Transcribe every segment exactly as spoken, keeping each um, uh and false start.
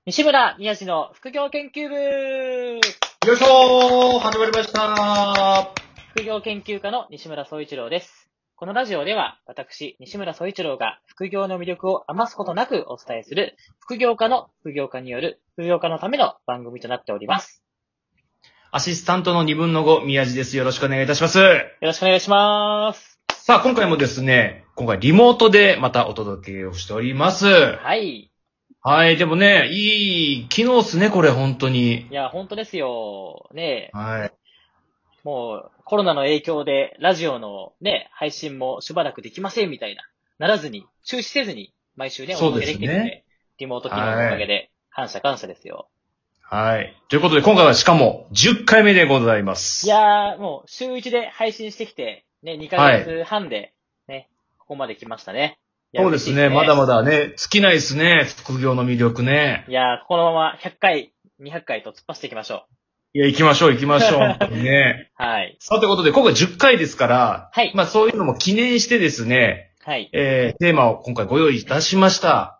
西村宮治の副業研究部。 よいしょー、始まりましたー。 副業研究家の西村総一郎です。このラジオでは私西村総一郎が副業の魅力を余すことなくお伝えする副業家の副業家による副業家のための番組となっております。 アシスタントのにぶんのご、宮地です。よろしくお願いいたします。 よろしくお願いします。 さあ、今回もですね、今回リモートでまたお届けをしております。 はい。 はい、でもね、いい、機能っすね、これ、本当に。 いや、本当ですよ。ねえ。 はい。 もうコロナの影響でラジオのね、配信もしばらくできませんみたいな、ならずに、中止せずに毎週ね、お届けできてるんで、 そうですねリモート機能のおかげで感謝感謝ですよ。 はい。ということで、今回はしかもじゅっかいめでございます。 いやー、もう週いちで配信してきて、ね、にかげつはんで、ね、ここまで来ましたね。いやそうですね、まだまだね、尽きないですね、副業の魅力ね。 いやー、このままひゃっかい、にひゃっかいと突っ走っていきましょいや、行きましょう、行きましょう、本当にね。 う。はい。 さあ、ということで、今回じゅっかいですから、 はい。 まあそういうのも記念してですね、 はい。 えー、テーマを今回ご用意いたしました。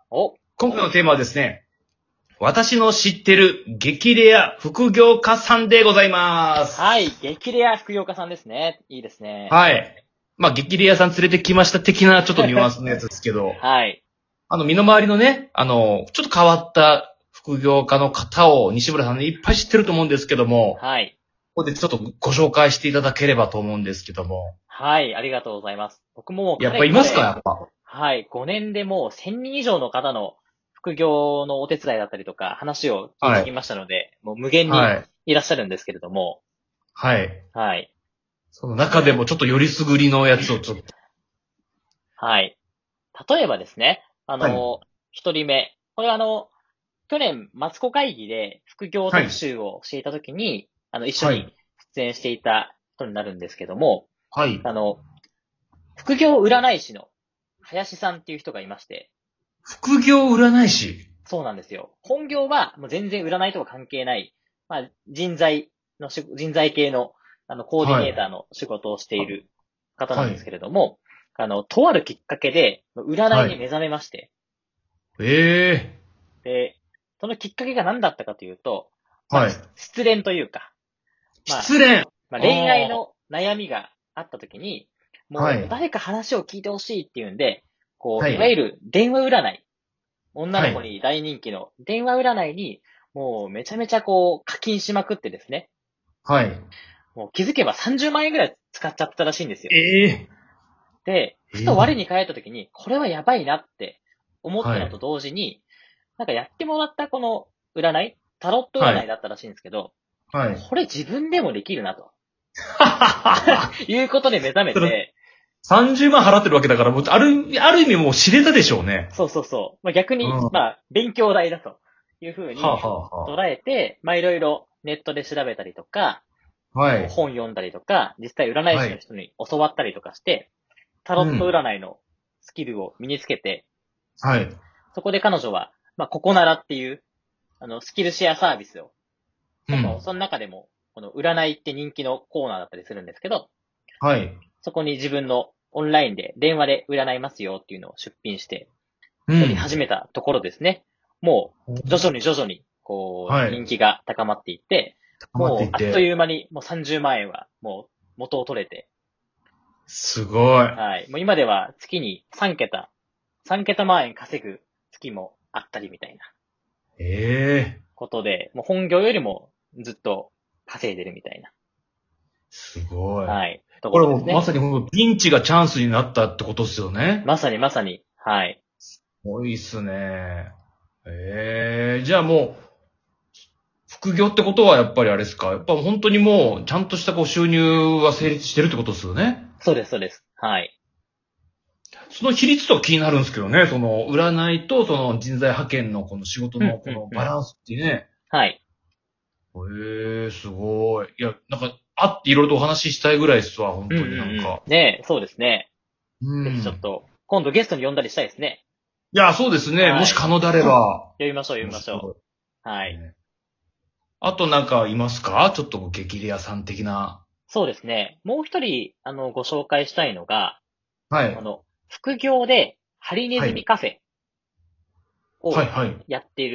お、 今回のテーマはですね、私の知ってる激レア副業家さんでございます。 はい。激レア副業家さんですね。いいですね。 はい。まあ、激レアさん連れてきました的なちょっとニュアンスのやつですけど、 はい。 あの、身の回りのね、あの、ちょっと変わった副業家の方を西村さんね、いっぱい知ってると思うんですけども、 はい。 ここでちょっとご紹介していただければと思うんですけども。 はい。ありがとうございます。僕ももうやっかれこれぱいますか、やっぱ。 はい。ごねんでもうせんにん以上の方の副業のお手伝いだったりとか話を聞いてきましたので、もう無限にはい。 いらっしゃるんですけれども、 はい。 はい。 その中でもちょっとよりすぐりのやつをちょっと。 はい。例えばですね、あはい。 の、一人目。これはあの、去年、マツコ会議で副業特はい。 集をしていたときに、あの、一緒にはい。 出演していた人になるんですけども、 はい。 あの、副業占い師の林さんっていう人がいまして、 副業占い師。 そうなんですよ。本業はもう全然占いとは関係ない、まあ、人材のし、人材系の、あの、コーディネーターの仕事をしている方なんですけはい。 れども、あの、とあるきっかけで、占いはい。 に目覚めまして、 ええで、そのきっかけが何だったかというと、まあ、 はい。 し失恋というか、まあ、 失恋。 まあ、恋愛あの悩みがあった時に、 あ。はもうい。 誰か話を聞いてほしいっていうんで、こう、いわはい。 ゆる電話占い、女はい。 の子に大人気の電話占いに、もうめちゃめちゃこう課金しまくってですね、 はい。 もう気づけばさんじゅうまん円ぐらい使っちゃったらしいんですよ。 ええで、ふと我ええに返った時に、これはやばいなって思ったのとはい。 同時に、なんかやってもらったこの占い、タロットはい。 占いだったらしいんですけど、 はい。 これ自分でもできるなと。いうことで目覚めそれて、 さんじゅうまん払ってるわけだから、もう、ある、ある意味もう知れたでしょうね。 そうそうそう。まあ、逆に、 うん。はまあ、勉強代だというふうあ、はにあ、は捉えて、まあ、いろいろネットで調べたりとか、 あ。はこうい。 本読んだりとか、実際占いはい。 師の人に教わったりとかして、タロットうん。 占いのスキルを身につけて、 はい。 そこで彼女は、まあ、ここならっていう、あの、スキルシェアサービスを、結構、 うん。 その中でも、この占いって人気のコーナーだったりするんですけど、 はい。 そこに自分のオンラインで電話で占いますよっていうのを出品して、やりうん。 始めたところですね。もう、徐々に徐々に、こう、 はい。 人気が高まっていって、 溜まってもう、あっといって。 いう間に、もうさんじゅうまん円は、もう、元を取れて、 すごい。 はい。もう今では月にさん桁、さん桁万円稼ぐ月もあったりみたいなええことで、もう本業よりもずっと稼いでるみたいすごい。 な、はい、とここれろですね。 もうまさにほんとピンチがチャンスになったってことですよね。 まさにまさに、はい。 多いっすね。ええじゃあもう、副業ってことはやっぱりあれですかやっぱ本当にもう、ちゃんとしたこう収入は成立してるってことですよね。 そうです、そうです。はい。 その比率とは気になるんですけどね。その、占いとその人材派遣のこの仕事うん、 のこうん、うん。 のバランスってね。 はい。 へえ、すごい。いや、なんか、会っていろいろとお話ししたいぐらいですわ、本うん、うん、 当になんうん。 か。 ねえ、そうですね。 うぜひちょっん。 と、今度ゲストに呼んだりしたいですね。 いや、そうですね。もはい。 し可能であれば。 呼びましょう、呼び面ましょ白う。はい。 い。 ねあとなんかいますかちょっと激レアさん的な。 そうですね。もう一人、あの、ご紹介したいのが、 はい。 あの、副業で、ハリネはい。 ズミカフェをはい、はい。 やっている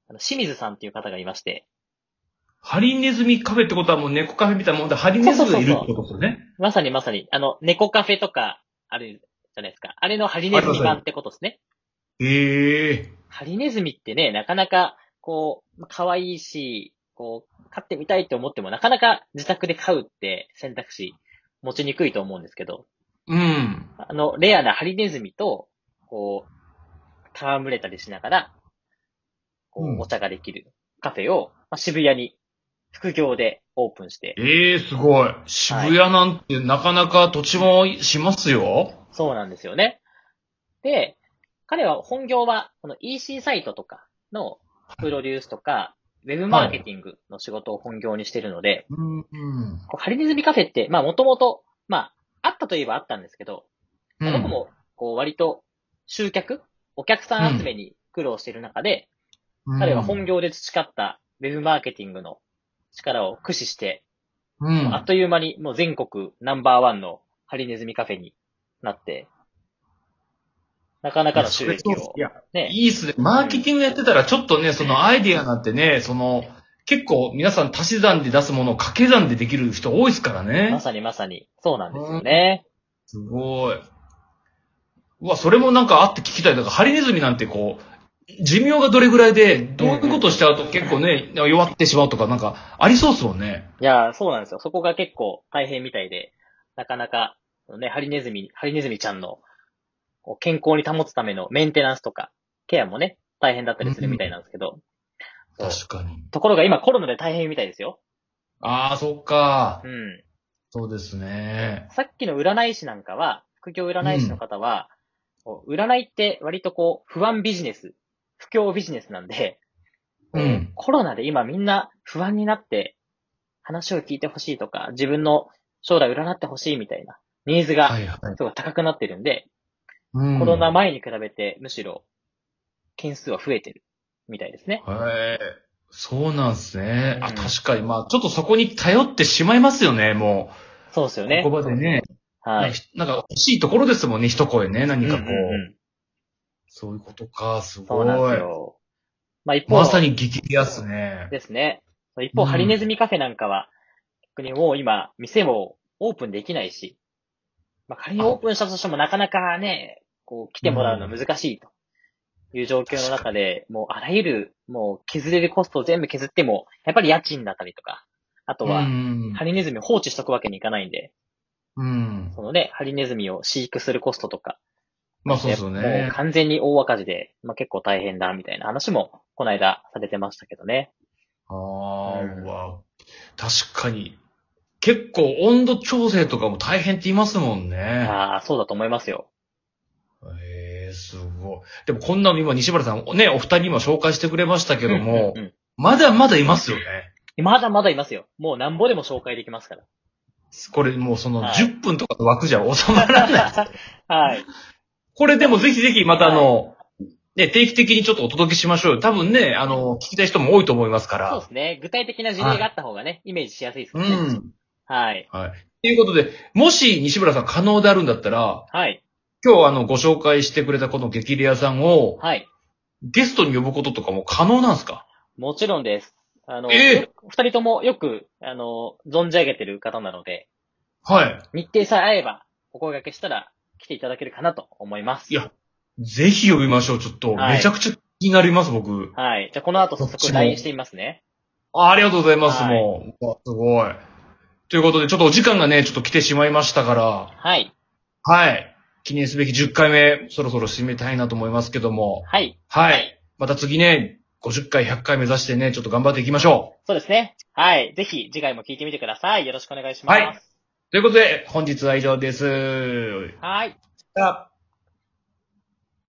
あの、清水さんっていう方がいまして。 ハリネズミカフェってことはもう猫カフェみたいなもんで、ハリネズミがいるってことですよね。 まさにまさに、あの、猫カフェとかあるじゃないですか。あれのハリネズミ版ってことですね。 へえー。 ハリネズミってね、なかなか、こう、可愛いし、こう、飼ってみたいって思っても、なかなか自宅で飼うって選択肢持ちにくいと思うんですけど。 うん。 あの、レアなハリネズミと、こう、戯れたりしながら、こう、お茶ができるカフェを、まあ、渋谷に副業でオープンして。 ええー、すごい。渋谷なんてなかなか土地もしますよ。はい、 そうなんですよね。で、彼は本業は、この イーシー サイトとかのプロデュースとか、ウェブマーケティングの仕事を本業にしているので、 はい、うんうん、 ハリネズミカフェって、まあもともと、まあ、あったといえばあったんですけど、うん、僕も、こう割と集客、お客さん集めに苦労している中で、うん、彼は本業で培ったウェブマーケティングの力を駆使して、うん、あっという間にもう全国ナンバーワンのハリネズミカフェになって、なかなかの収益を。 いや、ね、いいっすね。マーケティングやってたらちょっとね、そのアイディアなんてね、その、結構皆さん足し算で出すものを掛け算でできる人多いですからね。 まさにまさに。そうなんですよね。 すごい。うわ、それもなんかあって聞きたい。だからハリネズミなんてこう、寿命がどれぐらいで、どういうことしちゃうと結構ね、弱ってしまうとかなんかありそうっすもんね。 いや、そうなんですよ。そこが結構大変みたいで、なかなか、ね、ハリネズミ、ハリネズミちゃんの健康に保つためのメンテナンスとか、ケアもね、大変だったりするみたいなんですけど。 うん、確かに。 ところが今コロナで大変みたいですよ。 ああ、そっか。 うん。 そうですね。 さっきの占い師なんかは、副業占い師の方は、うん、占いって割とこう、不安ビジネス、不況ビジネスなんで、うん、コロナで今みんな不安になって話を聞いてほしいとか、自分の将来占ってほしいみたいなニーズがすごい高くなってるんで、はいはい、コロナ前に比べてむしろ件数は増えてるみたいですね。 へえ、そうなんですね。うん、あ、確かにまあちょっとそこに頼ってしまいますよね、もう。 そうですよね。 ここまでね。 はい。 なんか欲しいところですもんね、一声ね、何かこう。うんうんうん、そういうことか、すごい。 そうなんですよ。まあ一方。 まさに激レアっすね。 ですね。一方、うん、ハリネズミカフェなんかは、逆にもう今、店もオープンできないし、まあ仮にオープンしたとしてもなかなかね、こう来てもらうの難しいという状況の中で、もうあらゆる、もう削れるコストを全部削っても、やっぱり家賃だったりとか、あとは、ハリネズミを放置しとくわけにいかないんで、 うん。 そのね、ハリネズミを飼育するコストとか。 まあそうですよね。 もう完全に大赤字で、まあ結構大変だみたいな話も、この間されてましたけどね。 ああ、うん、わ。確かに。結構温度調整とかも大変って言いますもんね。 ああ、そうだと思いますよ。 へえー、すごい。でもこんなの今西原さんね、お二人今紹介してくれましたけども、うんうんうん、まだまだいますよね。 まだまだいますよ。もうなんぼでも紹介できますから。 これもうそのじゅっぷんとかの枠じゃ収まらない。 はい。 これでもぜひぜひまたあの、はい、ね、定期的にちょっとお届けしましょうよ。多分ね、あの、聞きたい人も多いと思いますから。 そうですね。具体的な事例があった方がね、はい、イメージしやすいですからね。 うん。 はい。 はい。ということで、もし西村さん可能であるんだったら、 はい。 今日あの、ご紹介してくれたこの激レアさんを、 はい。 ゲストに呼ぶこととかも可能なんですか？ もちろんです。あの、 えー、 二人ともよく、あの、存じ上げてる方なので、 はい。 日程さえ合えば、お声掛けしたら来ていただけるかなと思います。 いや、ぜひ呼びましょう。ちょっと、はい、めちゃくちゃ気になります、僕。 はい。じゃあ、この後早速 ライン してみますね。 あ、ありがとうございます、はい、もう。すごい。ということで、ちょっとお時間がね、ちょっと来てしまいましたから。 はい。 はい。記念すべきじゅっかいめ、そろそろ締めたいなと思いますけども。 はい。 はい。また次ね、ごじゅっかい、ひゃっかい目指してね、ちょっと頑張っていきましょう。 そうですね。はい。ぜひ、次回も聞いてみてください。よろしくお願いします。 はい。ということで、本日は以上です。 はい。 じゃあ